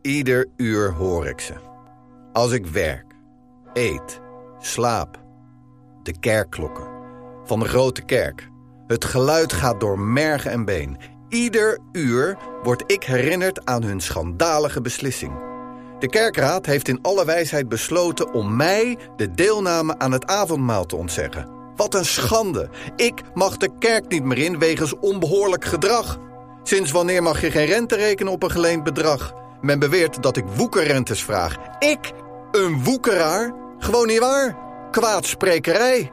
Ieder uur hoor ik ze. Als ik werk, eet, slaap. De kerkklokken van de grote kerk. Het geluid gaat door merg en been. Ieder uur word ik herinnerd aan hun schandalige beslissing. De kerkraad heeft in alle wijsheid besloten om mij de deelname aan het avondmaal te ontzeggen. Wat een schande! Ik mag de kerk niet meer in wegens onbehoorlijk gedrag. Sinds wanneer mag je geen rente rekenen op een geleend bedrag? Men beweert dat ik woekerrentes vraag. Ik, een woekeraar? Gewoon niet waar. Kwaadsprekerij.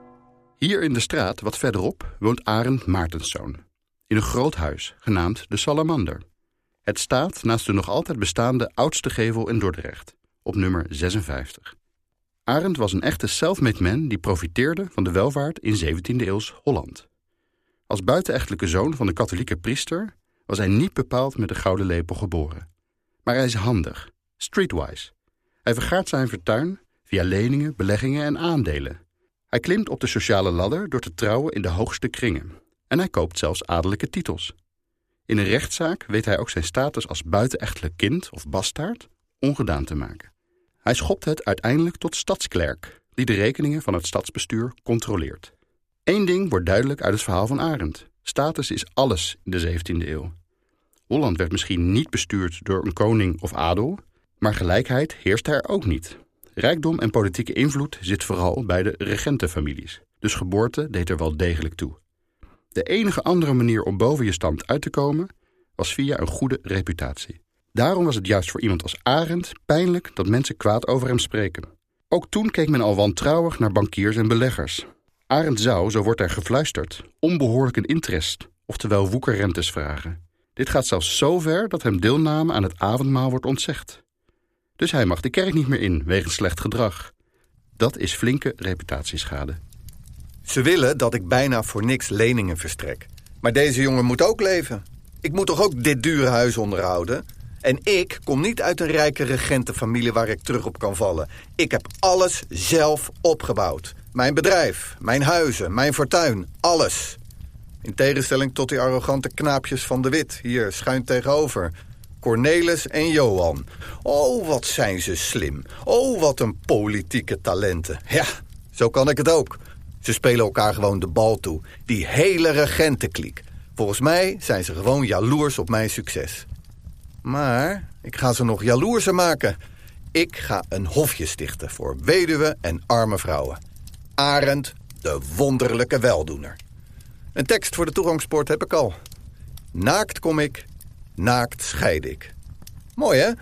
Hier in de straat, wat verderop, woont Arend Maartenszoon. In een groot huis, genaamd de Salamander. Het staat naast de nog altijd bestaande oudste gevel in Dordrecht, op nummer 56. Arend was een echte self-made man die profiteerde van de welvaart in 17e-eeuws Holland. Als buitenechtelijke zoon van de katholieke priester was hij niet bepaald met de gouden lepel geboren. Maar hij is handig, streetwise. Hij vergaart zijn fortuin via leningen, beleggingen en aandelen. Hij klimt op de sociale ladder door te trouwen in de hoogste kringen. En hij koopt zelfs adellijke titels. In een rechtszaak weet hij ook zijn status als buitenechtelijk kind of bastaard ongedaan te maken. Hij schopt het uiteindelijk tot stadsklerk, die de rekeningen van het stadsbestuur controleert. Eén ding wordt duidelijk uit het verhaal van Arend. Status is alles in de 17e eeuw. Holland werd misschien niet bestuurd door een koning of adel, maar gelijkheid heerste er ook niet. Rijkdom en politieke invloed zit vooral bij de regentenfamilies, dus geboorte deed er wel degelijk toe. De enige andere manier om boven je stand uit te komen was via een goede reputatie. Daarom was het juist voor iemand als Arend pijnlijk dat mensen kwaad over hem spreken. Ook toen keek men al wantrouwig naar bankiers en beleggers. Arend zou, zo wordt er gefluisterd, onbehoorlijk een interest, oftewel woekerrentes vragen. Dit gaat zelfs zo ver dat hem deelname aan het avondmaal wordt ontzegd. Dus hij mag de kerk niet meer in wegens slecht gedrag. Dat is flinke reputatieschade. Ze willen dat ik bijna voor niks leningen verstrek. Maar deze jongen moet ook leven. Ik moet toch ook dit dure huis onderhouden? En ik kom niet uit een rijke regentenfamilie waar ik terug op kan vallen. Ik heb alles zelf opgebouwd. Mijn bedrijf, mijn huizen, mijn fortuin, alles. In tegenstelling tot die arrogante knaapjes van de Wit, hier schuin tegenover. Cornelis en Johan. Oh, wat zijn ze slim. Oh, wat een politieke talenten. Ja, zo kan ik het ook. Ze spelen elkaar gewoon de bal toe. Die hele regentenkliek. Volgens mij zijn ze gewoon jaloers op mijn succes. Maar ik ga ze nog jaloerser maken. Ik ga een hofje stichten voor weduwen en arme vrouwen. Arend, de wonderlijke weldoener. Een tekst voor de toegangspoort heb ik al. Naakt kom ik, naakt scheid ik. Mooi, hè?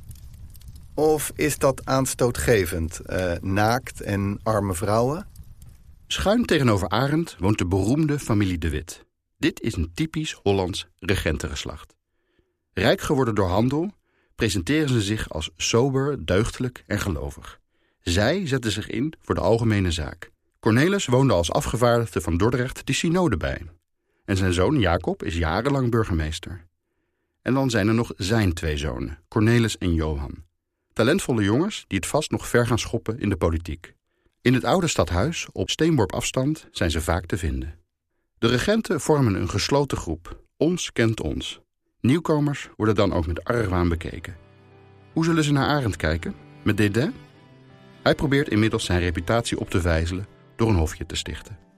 Of is dat aanstootgevend? Naakt en arme vrouwen? Schuin tegenover Arend woont de beroemde familie De Wit. Dit is een typisch Hollands regentengeslacht. Rijk geworden door handel, presenteren ze zich als sober, deugdelijk en gelovig. Zij zetten zich in voor de algemene zaak. Cornelis woonde als afgevaardigde van Dordrecht de synode bij. En zijn zoon Jacob is jarenlang burgemeester. En dan zijn er nog zijn twee zonen, Cornelis en Johan. Talentvolle jongens die het vast nog ver gaan schoppen in de politiek. In het oude stadhuis, op steenworp afstand, zijn ze vaak te vinden. De regenten vormen een gesloten groep. Ons kent ons. Nieuwkomers worden dan ook met argwaan bekeken. Hoe zullen ze naar Arend kijken? Met dédain? Hij probeert inmiddels zijn reputatie op te vijzelen door een hofje te stichten.